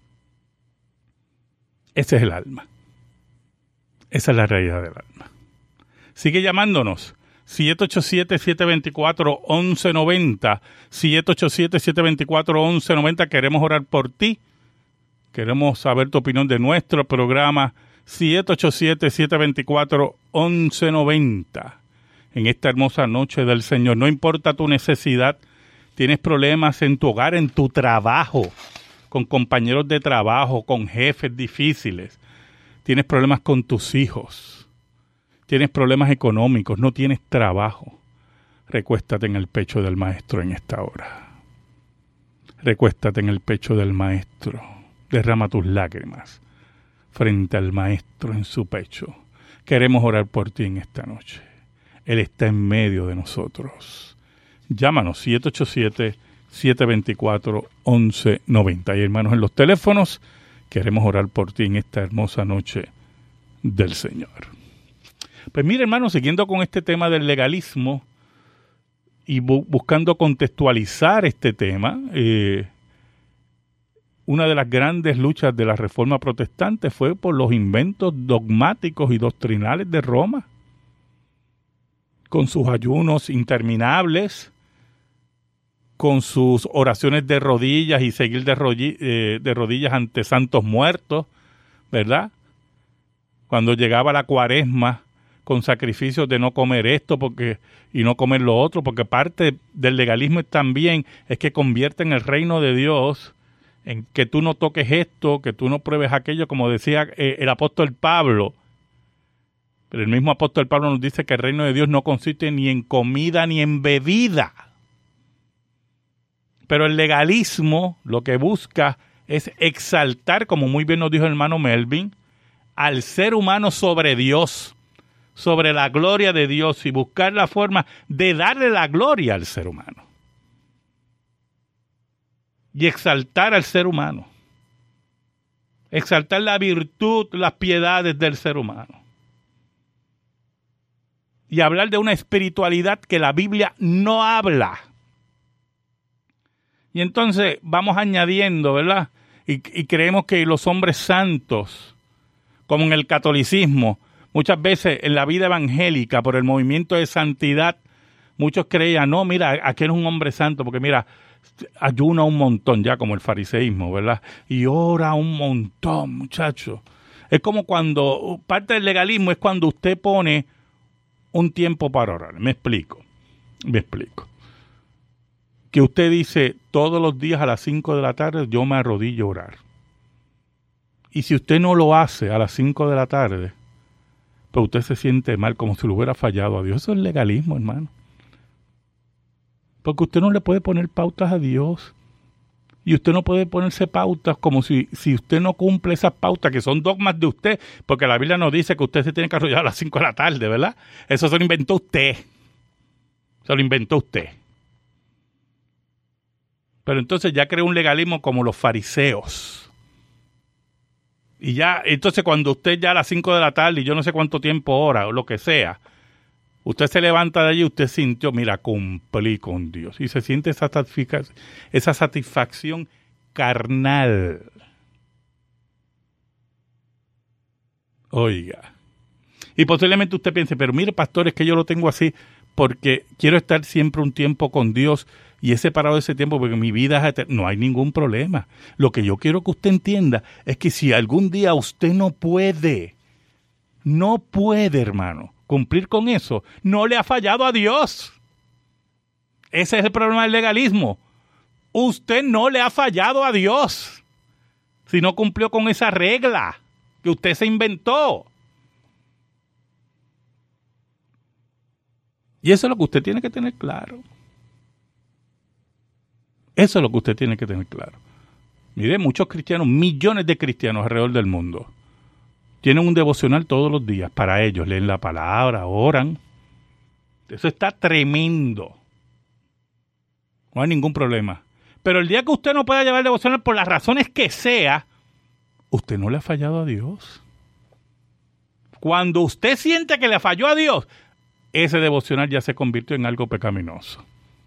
Ese es el alma. Esa es la realidad del alma. Sigue llamándonos. siete ocho siete, siete dos cuatro, once noventa. siete ocho siete, siete dos cuatro, once noventa. Queremos orar por ti. Queremos saber tu opinión de nuestro programa. siete ocho siete, siete dos cuatro, once noventa. En esta hermosa noche del Señor. No importa tu necesidad. Tienes problemas en tu hogar, en tu trabajo, con compañeros de trabajo, con jefes difíciles. Tienes problemas con tus hijos. Tienes problemas económicos, no tienes trabajo. Recuéstate en el pecho del Maestro en esta hora. Recuéstate en el pecho del Maestro. Derrama tus lágrimas frente al Maestro en su pecho. Queremos orar por ti en esta noche. Él está en medio de nosotros. Llámanos siete ocho siete, siete dos cuatro, once noventa. Y hermanos, en los teléfonos, queremos orar por ti en esta hermosa noche del Señor. Pues mire, hermano, siguiendo con este tema del legalismo y bu- buscando contextualizar este tema, eh, una de las grandes luchas de la Reforma Protestante fue por los inventos dogmáticos y doctrinales de Roma, con sus ayunos interminables, con sus oraciones de rodillas y seguir de, rodillas, eh, de rodillas ante santos muertos, ¿verdad? Cuando llegaba la Cuaresma, con sacrificios de no comer esto porque y no comer lo otro, porque parte del legalismo también es que convierten el reino de Dios en que tú no toques esto, que tú no pruebes aquello, como decía eh, el apóstol Pablo. Pero el mismo apóstol Pablo nos dice que el reino de Dios no consiste ni en comida ni en bebida. Pero el legalismo lo que busca es exaltar, como muy bien nos dijo el hermano Melvin, al ser humano sobre Dios, sobre la gloria de Dios, y buscar la forma de darle la gloria al ser humano. Y exaltar al ser humano. Exaltar la virtud, las piedades del ser humano. Y hablar de una espiritualidad que la Biblia no habla. Y entonces vamos añadiendo, ¿verdad? Y, y creemos que los hombres santos, como en el catolicismo, muchas veces en la vida evangélica, por el movimiento de santidad, Muchos creían, no, mira, aquel es un hombre santo, porque mira, ayuna un montón, ya como el fariseísmo, ¿verdad? Y ora un montón, muchachos. Es como cuando, parte del legalismo es cuando usted pone un tiempo para orar. Me explico, me explico. Que usted dice, todos los días a las cinco de la tarde yo me arrodillo a orar. Y si usted no lo hace a las cinco de la tarde, pues usted se siente mal, como si le hubiera fallado a Dios. Eso es legalismo, hermano. Porque usted no le puede poner pautas a Dios. Y usted no puede ponerse pautas como si, si usted no cumple esas pautas, que son dogmas de usted, porque la Biblia nos dice que usted se tiene que arrodillar a las cinco de la tarde, ¿verdad? Eso se lo inventó usted. Se lo inventó usted. Pero entonces ya creó un legalismo como los fariseos. Y ya, entonces cuando usted ya a las cinco de la tarde, y yo no sé cuánto tiempo ora, o lo que sea, usted se levanta de allí y usted sintió, mira, cumplí con Dios. Y se siente esa satisfacción, esa satisfacción carnal. Oiga. Y posiblemente usted piense, pero mire, pastor, es que yo lo tengo así porque quiero estar siempre un tiempo con Dios y he separado ese tiempo porque mi vida es eterna. No hay ningún problema. Lo que yo quiero que usted entienda es que si algún día usted no puede, no puede, hermano, cumplir con eso, no le ha fallado a Dios. Ese es el problema del legalismo. Usted no le ha fallado a Dios si no cumplió con esa regla que usted se inventó. Y eso es lo que usted tiene que tener claro. Eso es lo que usted tiene que tener claro. Mire, muchos cristianos, millones de cristianos alrededor del mundo, tienen un devocional todos los días para ellos. Leen la palabra, oran. Eso está tremendo. No hay ningún problema. Pero el día que usted no pueda llevar el devocional por las razones que sea, usted no le ha fallado a Dios. Cuando usted siente que le falló a Dios, ese devocional ya se convirtió en algo pecaminoso.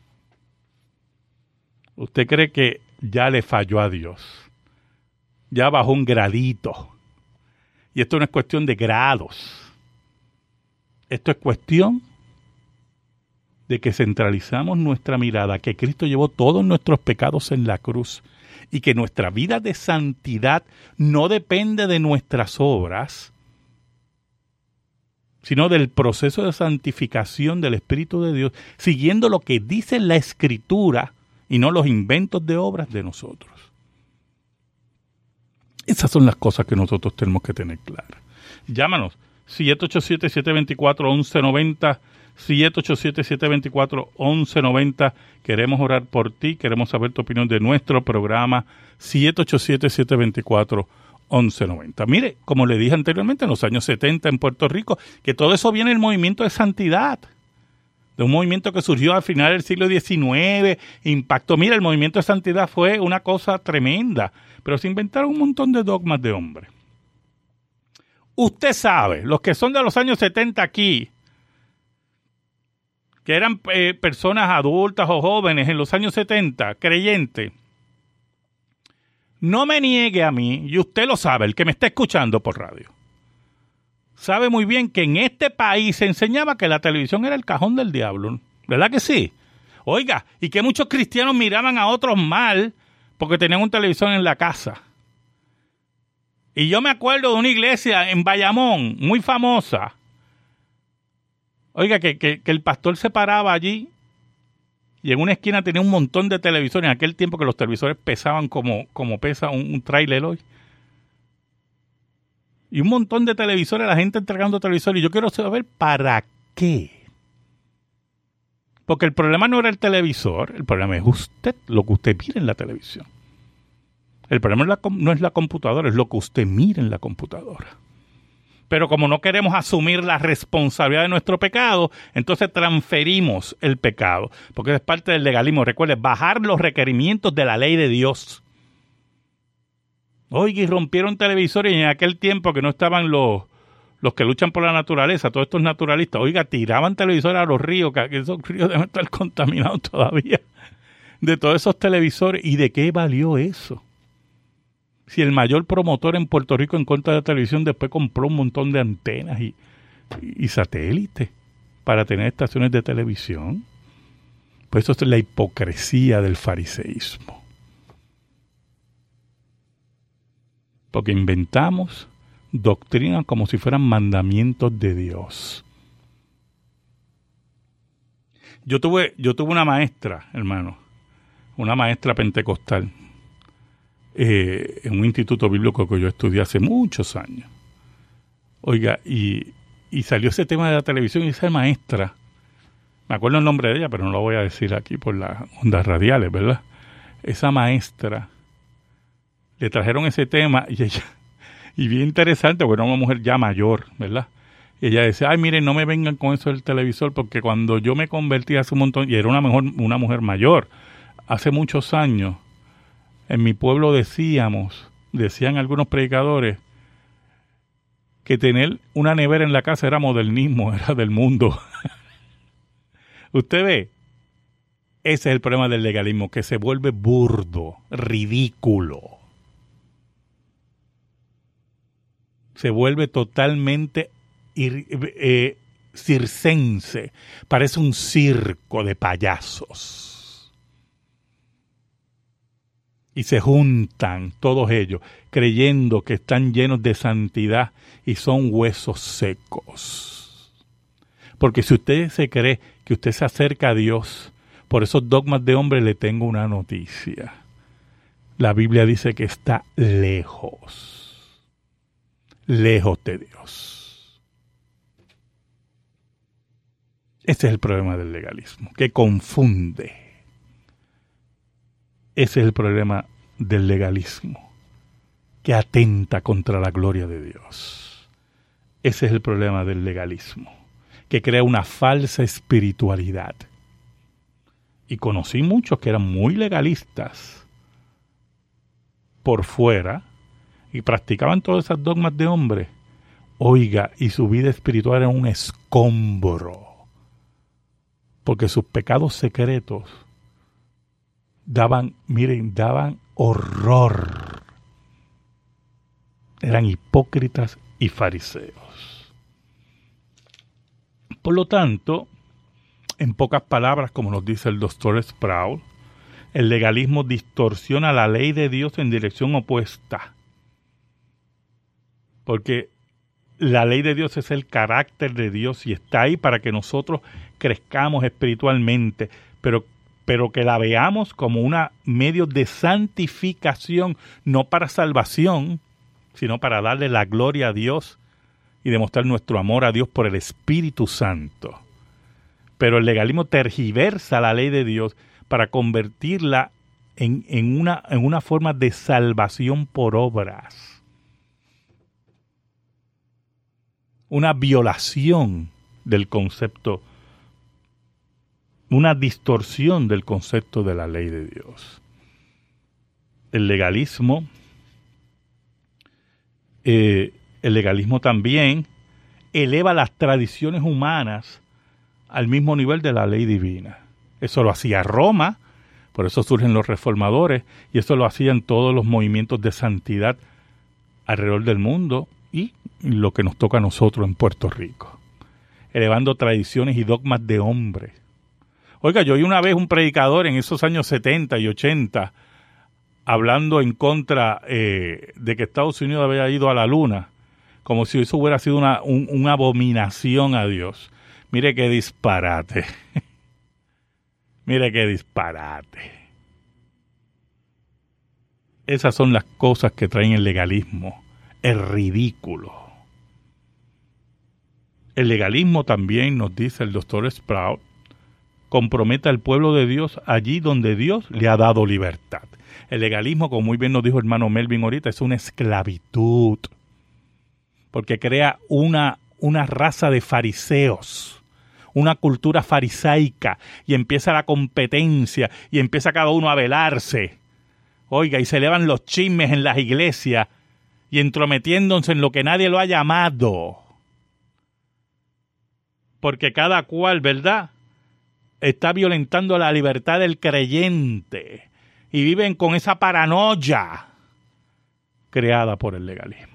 Usted cree que ya le falló a Dios. Ya bajó un gradito. Y esto no es cuestión de grados. Esto es cuestión de que centralizamos nuestra mirada, que Cristo llevó todos nuestros pecados en la cruz y que nuestra vida de santidad no depende de nuestras obras, sino del proceso de santificación del Espíritu de Dios, siguiendo lo que dice la Escritura y no los inventos de obras de nosotros. Esas son las cosas que nosotros tenemos que tener claras. Llámanos, siete ocho siete, siete dos cuatro, uno uno nueve cero, siete ocho siete, siete dos cuatro, uno uno nueve cero. Queremos orar por ti, queremos saber tu opinión de nuestro programa, siete ocho siete, siete dos cuatro, uno uno nueve cero. Mire, como le dije anteriormente, en los años setenta en Puerto Rico, que todo eso viene del movimiento de santidad, de un movimiento que surgió al final del siglo diecinueve, impactó. Mira, el movimiento de santidad fue una cosa tremenda, pero se inventaron un montón de dogmas de hombres. Usted sabe, los que son de los años setenta aquí, que eran eh, personas adultas o jóvenes en los años setenta, creyentes, no me niegue a mí, y usted lo sabe, el que me está escuchando por radio, sabe muy bien que en este país se enseñaba que la televisión era el cajón del diablo. ¿Verdad que sí? Oiga, y que muchos cristianos miraban a otros mal porque tenían un televisor en la casa. Y yo me acuerdo de una iglesia en Bayamón, muy famosa. Oiga, que, que, que el pastor se paraba allí y en una esquina tenía un montón de televisores. En aquel tiempo que los televisores pesaban como, como pesa un, un tráiler hoy. Y un montón de televisores, la gente entregando televisores. Y yo quiero saber para qué. Porque el problema no era el televisor, el problema es usted, lo que usted mira en la televisión. El problema no es la, no es la computadora, es lo que usted mira en la computadora. Pero como no queremos asumir la responsabilidad de nuestro pecado, entonces transferimos el pecado. Porque es parte del legalismo. Recuerde, bajar los requerimientos de la ley de Dios. Oiga, y rompieron televisores y en aquel tiempo que no estaban los, los que luchan por la naturaleza, todos estos naturalistas, oiga, tiraban televisores a los ríos, que esos ríos deben estar contaminados todavía, de todos esos televisores. ¿Y de qué valió eso? Si el mayor promotor en Puerto Rico en contra de la televisión después compró un montón de antenas y, y satélites para tener estaciones de televisión. Pues eso es la hipocresía del fariseísmo. Porque inventamos doctrinas como si fueran mandamientos de Dios. Yo tuve, yo tuve una maestra, hermano, una maestra pentecostal, eh, en un instituto bíblico que yo estudié hace muchos años. Oiga, y, y salió ese tema de la televisión y esa maestra, me acuerdo el nombre de ella, pero no lo voy a decir aquí por las ondas radiales, ¿verdad? Esa maestra, le trajeron ese tema y ella, y bien interesante, porque era una mujer ya mayor, ¿verdad? Y ella decía, ay, miren, no me vengan con eso del televisor, porque cuando yo me convertí hace un montón, y era una, mejor, una mujer mayor, hace muchos años, en mi pueblo decíamos, decían algunos predicadores, que tener una nevera en la casa era modernismo, era del mundo. Usted ve, ese es el problema del legalismo, que se vuelve burdo, ridículo. Se vuelve totalmente eh, circense, parece un circo de payasos. Y se juntan todos ellos, creyendo que están llenos de santidad y son huesos secos. Porque si usted se cree que usted se acerca a Dios por esos dogmas de hombre, le tengo una noticia. La Biblia dice que está lejos, lejos de Dios. Ese es el problema del legalismo, que confunde. Ese es el problema del legalismo, que atenta contra la gloria de Dios. Ese es el problema del legalismo, que crea una falsa espiritualidad. Y conocí muchos que eran muy legalistas por fuera y practicaban todas esas dogmas de hombre. Oiga, y su vida espiritual era un escombro, porque sus pecados secretos daban, miren, daban horror. Eran hipócritas y fariseos. Por lo tanto, en pocas palabras, como nos dice el doctor Sproul, el legalismo distorsiona la ley de Dios en dirección opuesta. Porque la ley de Dios es el carácter de Dios y está ahí para que nosotros crezcamos espiritualmente, pero, pero que la veamos como un medio de santificación, no para salvación, sino para darle la gloria a Dios y demostrar nuestro amor a Dios por el Espíritu Santo. Pero el legalismo tergiversa la ley de Dios para convertirla en, en, una, en una forma de salvación por obras. Una violación del concepto, una distorsión del concepto de la ley de Dios. El legalismo, eh, el legalismo también eleva las tradiciones humanas al mismo nivel de la ley divina. Eso lo hacía Roma, por eso surgen los reformadores, y eso lo hacían todos los movimientos de santidad alrededor del mundo y lo que nos toca a nosotros en Puerto Rico, elevando tradiciones y dogmas de hombres. Oiga, yo oí una vez un predicador en esos años setenta y ochenta hablando en contra eh, de que Estados Unidos había ido a la luna, como si eso hubiera sido una, un, una abominación a Dios. Mire qué disparate. Mire qué disparate. Esas son las cosas que traen el legalismo. Es ridículo. El legalismo también, nos dice el doctor Sproul, compromete al pueblo de Dios allí donde Dios le ha dado libertad. El legalismo, como muy bien nos dijo el hermano Melvin ahorita, es una esclavitud. Porque crea una, una raza de fariseos, una cultura farisaica, y empieza la competencia, y empieza cada uno a velarse. Oiga, y se elevan los chismes en las iglesias, y entrometiéndose en lo que nadie lo ha llamado. Porque cada cual, ¿verdad?, está violentando la libertad del creyente, y viven con esa paranoia creada por el legalismo.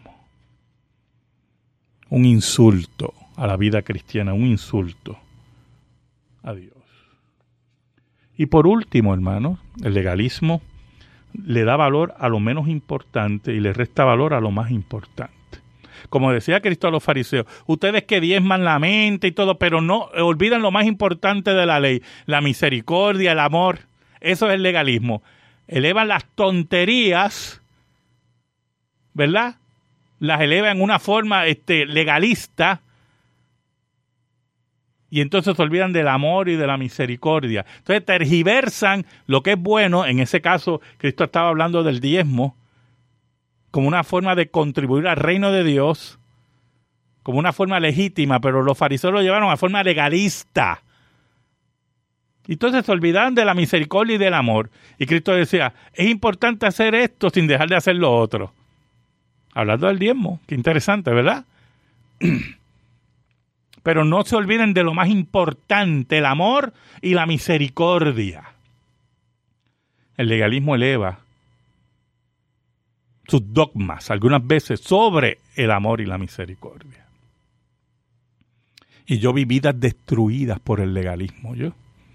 Un insulto a la vida cristiana, un insulto a Dios. Y por último, hermanos, el legalismo le da valor a lo menos importante y le resta valor a lo más importante. Como decía Cristo a los fariseos, ustedes que diezman la mente y todo, pero no olvidan lo más importante de la ley, la misericordia, el amor. Eso es el legalismo. Elevan las tonterías, ¿verdad? Las elevan en una forma este, legalista, y entonces se olvidan del amor y de la misericordia. Entonces tergiversan lo que es bueno. En ese caso, Cristo estaba hablando del diezmo como una forma de contribuir al reino de Dios, como una forma legítima, pero los fariseos lo llevaron a forma legalista. Entonces se olvidaban de la misericordia y del amor. Y Cristo decía, es importante hacer esto sin dejar de hacer lo otro. Hablando del diezmo, qué interesante, ¿verdad? Pero no se olviden de lo más importante, el amor y la misericordia. El legalismo eleva sus dogmas, algunas veces, sobre el amor y la misericordia. Y yo vi vidas destruidas por el legalismo, yo.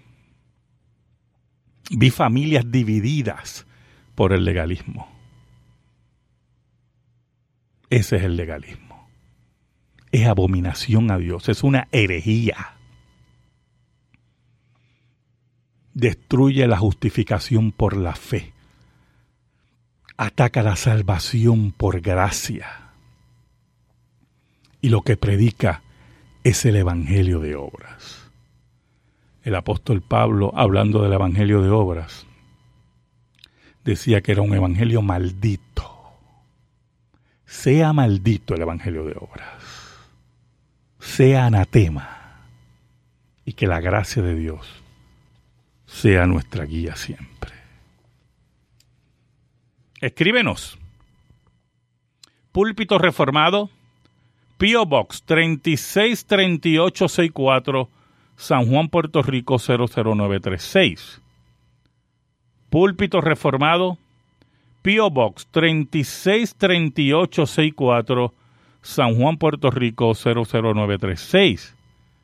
Vi familias divididas por el legalismo. Ese es el legalismo. Es abominación a Dios, es una herejía. Destruye la justificación por la fe. Ataca la salvación por gracia. Y lo que predica es el evangelio de obras. El apóstol Pablo, hablando del evangelio de obras, decía que era un evangelio maldito. Sea maldito el evangelio de obras. Sea anatema, y que la gracia de Dios sea nuestra guía siempre. Escríbenos. Púlpito Reformado, P O Box treinta y seis treinta y ocho sesenta y cuatro, San Juan, Puerto Rico cero cero nueve tres seis. Púlpito Reformado, P O Box treinta y seis treinta y ocho sesenta y cuatro, San Juan, Puerto Rico cero cero nueve tres seis.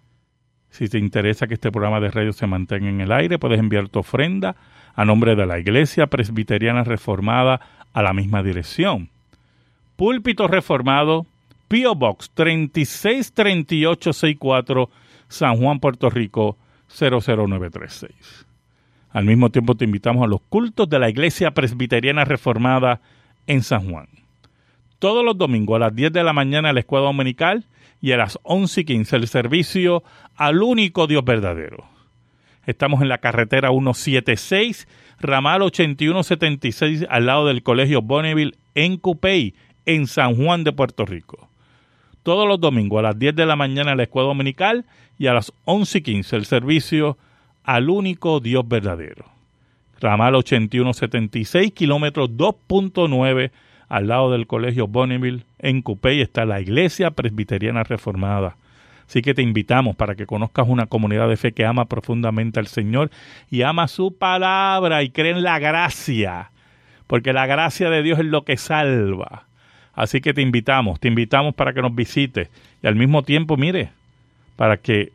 Si te interesa que este programa de radio se mantenga en el aire, puedes enviar tu ofrenda a nombre de la Iglesia Presbiteriana Reformada a la misma dirección. Púlpito Reformado, P O Box treinta y seis treinta y ocho sesenta y cuatro, San Juan, Puerto Rico cero cero nueve tres seis. Al mismo tiempo te invitamos a los cultos de la Iglesia Presbiteriana Reformada en San Juan. Todos los domingos a las diez de la mañana la escuela dominical y a las once y quince el servicio al único Dios verdadero. Estamos en la carretera ciento setenta y seis, ramal ochenta y uno setenta y seis, al lado del Colegio Bonneville en Cupey, en San Juan de Puerto Rico. Todos los domingos a las diez de la mañana la escuela dominical y a las once y quince el servicio al único Dios verdadero. Ramal ochenta y uno setenta y seis, kilómetro dos punto nueve, al lado del Colegio Bonneville en Cupey está la Iglesia Presbiteriana Reformada. Así que te invitamos para que conozcas una comunidad de fe que ama profundamente al Señor y ama su palabra y cree en la gracia, porque la gracia de Dios es lo que salva. Así que te invitamos, te invitamos para que nos visites y al mismo tiempo, mire, para que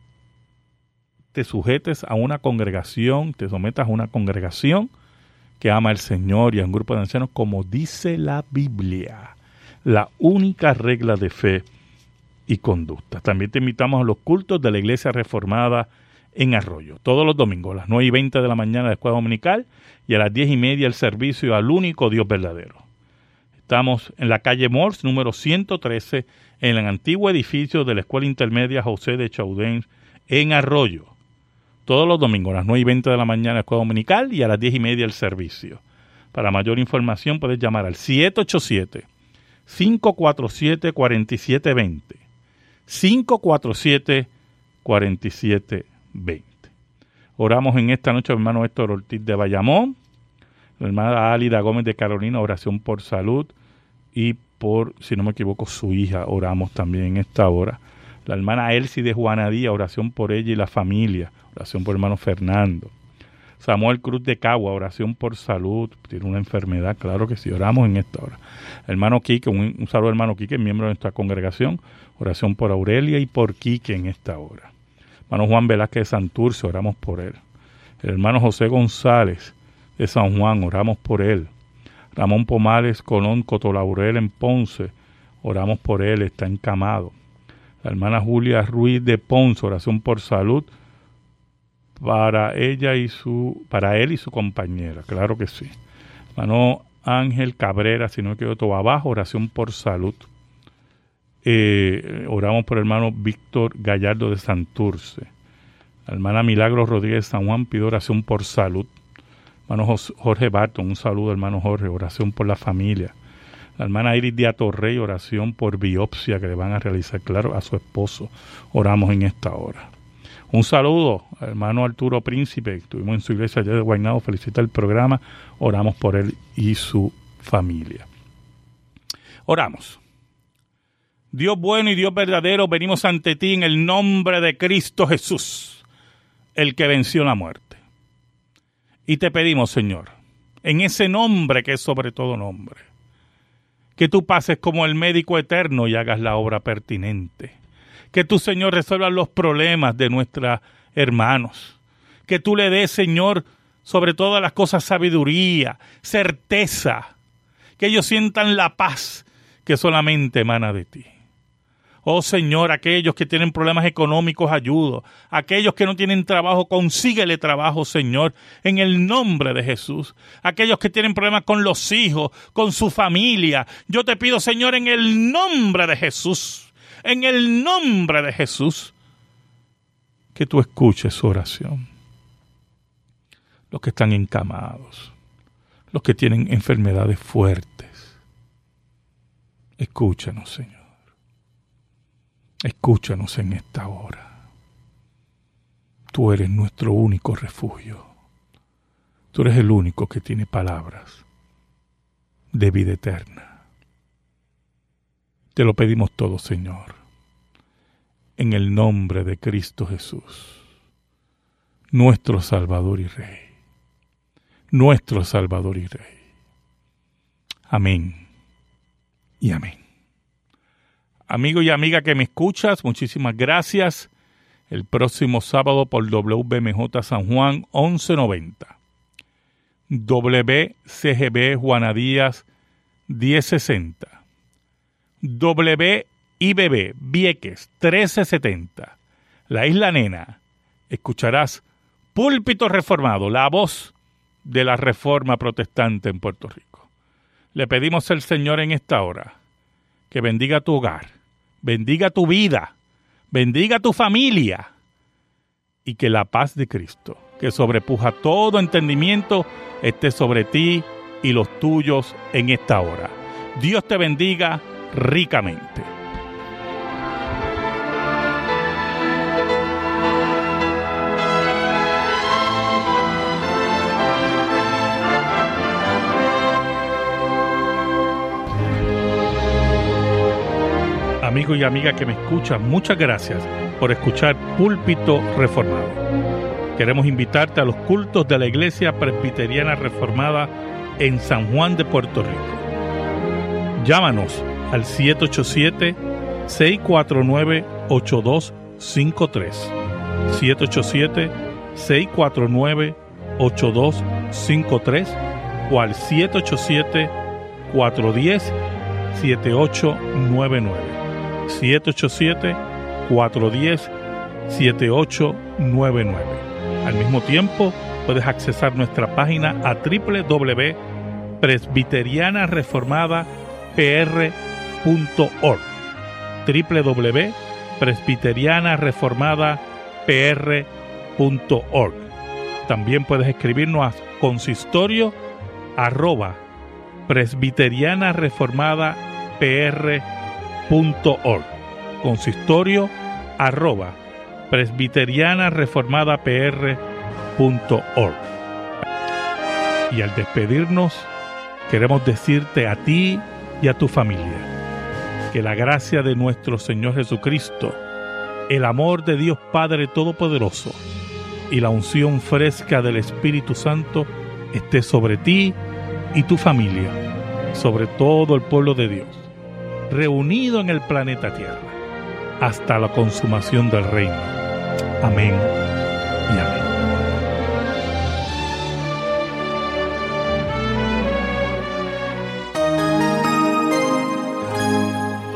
te sujetes a una congregación, te sometas a una congregación que ama al Señor y a un grupo de ancianos, como dice la Biblia, la única regla de fe y conducta. También te invitamos a los cultos de la Iglesia Reformada en Arroyo, todos los domingos, a las nueve y veinte de la mañana la escuela dominical y a las diez y media el servicio al único Dios verdadero. Estamos en la calle Morse, número ciento trece, en el antiguo edificio de la Escuela Intermedia José de Chaudén, en Arroyo. Todos los domingos, a las nueve y veinte de la mañana, la escuela dominical y a las diez y media el servicio. Para mayor información, puedes llamar al siete ocho siete, cinco cuatro siete, cuatro siete dos cero. cinco cuatro siete, cuatro siete dos cero. Oramos en esta noche, hermano Héctor Ortiz de Bayamón, la hermana Álida Gómez de Carolina, oración por salud, y por, si no me equivoco, su hija, oramos también en esta hora. La hermana Elsie de Juana Díaz, oración por ella y la familia, oración por hermano Fernando. Samuel Cruz de Cagua, oración por salud, tiene una enfermedad, claro que sí, oramos en esta hora. Hermano Quique, un, un saludo hermano Quique, miembro de nuestra congregación, oración por Aurelia y por Quique en esta hora. Hermano Juan Velázquez de Santurce, oramos por él. El hermano José González de San Juan, oramos por él. Ramón Pomales Colón Cotolaurel en Ponce, oramos por él, está encamado. La hermana Julia Ruiz de Ponce, oración por salud para ella y su, para él y su compañera, claro que sí. Hermano Ángel Cabrera, si no me equivoco, todo abajo, oración por salud. Eh, oramos por el hermano Víctor Gallardo de Santurce. La hermana Milagros Rodríguez de San Juan pide oración por salud. Hermano Jorge Barton, un saludo hermano Jorge, oración por la familia. La hermana Iris Díaz Torrey, oración por biopsia que le van a realizar, claro, a su esposo. Oramos en esta hora. Un saludo al hermano Arturo Príncipe, estuvimos en su iglesia allá de Guaynabo, felicita el programa, oramos por él y su familia. Oramos. Dios bueno y Dios verdadero, venimos ante ti en el nombre de Cristo Jesús, el que venció la muerte. Y te pedimos, Señor, en ese nombre que es sobre todo nombre, que tú pases como el médico eterno y hagas la obra pertinente. Que tú, Señor, resuelvas los problemas de nuestros hermanos. Que tú le des, Señor, sobre todas las cosas sabiduría, certeza. Que ellos sientan la paz que solamente emana de ti. Oh, Señor, aquellos que tienen problemas económicos, ayuda. Aquellos que no tienen trabajo, consíguele trabajo, Señor, en el nombre de Jesús. Aquellos que tienen problemas con los hijos, con su familia. Yo te pido, Señor, en el nombre de Jesús, en el nombre de Jesús, que tú escuches su oración. Los que están encamados, los que tienen enfermedades fuertes. Escúchanos, Señor. Escúchanos en esta hora. Tú eres nuestro único refugio. Tú eres el único que tiene palabras de vida eterna. Te lo pedimos todo, Señor, en el nombre de Cristo Jesús, nuestro Salvador y Rey. Nuestro Salvador y Rey. Amén y amén. Amigo y amiga que me escuchas, muchísimas gracias. El próximo sábado por W B M J San Juan once noventa. W C G B Juana Díaz diez sesenta. W I B B Vieques trece setenta. La Isla Nena. Escucharás Púlpito Reformado, la voz de la Reforma Protestante en Puerto Rico. Le pedimos al Señor en esta hora que bendiga tu hogar, bendiga tu vida, bendiga tu familia y que la paz de Cristo, que sobrepuja todo entendimiento, esté sobre ti y los tuyos en esta hora. Dios te bendiga ricamente. Amigo y amiga que me escuchan, muchas gracias por escuchar Púlpito Reformado. Queremos invitarte a los cultos de la Iglesia Presbiteriana Reformada en San Juan de Puerto Rico. Llámanos al siete ocho siete, seis cuatro nueve, ocho dos cinco tres. siete ocho siete, seis cuatro nueve, ocho dos cinco tres o al siete ocho siete, cuatro uno cero, siete ocho nueve nueve. siete ocho siete, cuatro uno cero, siete ocho nueve nueve. Al mismo tiempo, puedes accesar nuestra página a doble u doble u doble u punto presbiteriana reformada p r punto org. doble u doble u doble u punto presbiteriana reformada p r punto org. También puedes escribirnos a consistorio arroba presbiteriana reformada p r punto org. Consistorio arroba presbiteriana reformada p r punto org. Y al despedirnos, queremos decirte a ti y a tu familia que la gracia de nuestro Señor Jesucristo, el amor de Dios Padre Todopoderoso y la unción fresca del Espíritu Santo esté sobre ti y tu familia, sobre todo el pueblo de Dios, reunido en el planeta Tierra, hasta la consumación del reino. Amén y amén.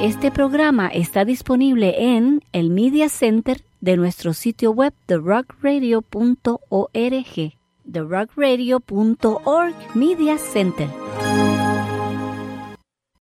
este programa está disponible en el Media Center de nuestro sitio web the rock radio punto org. the rock radio punto org Media Center.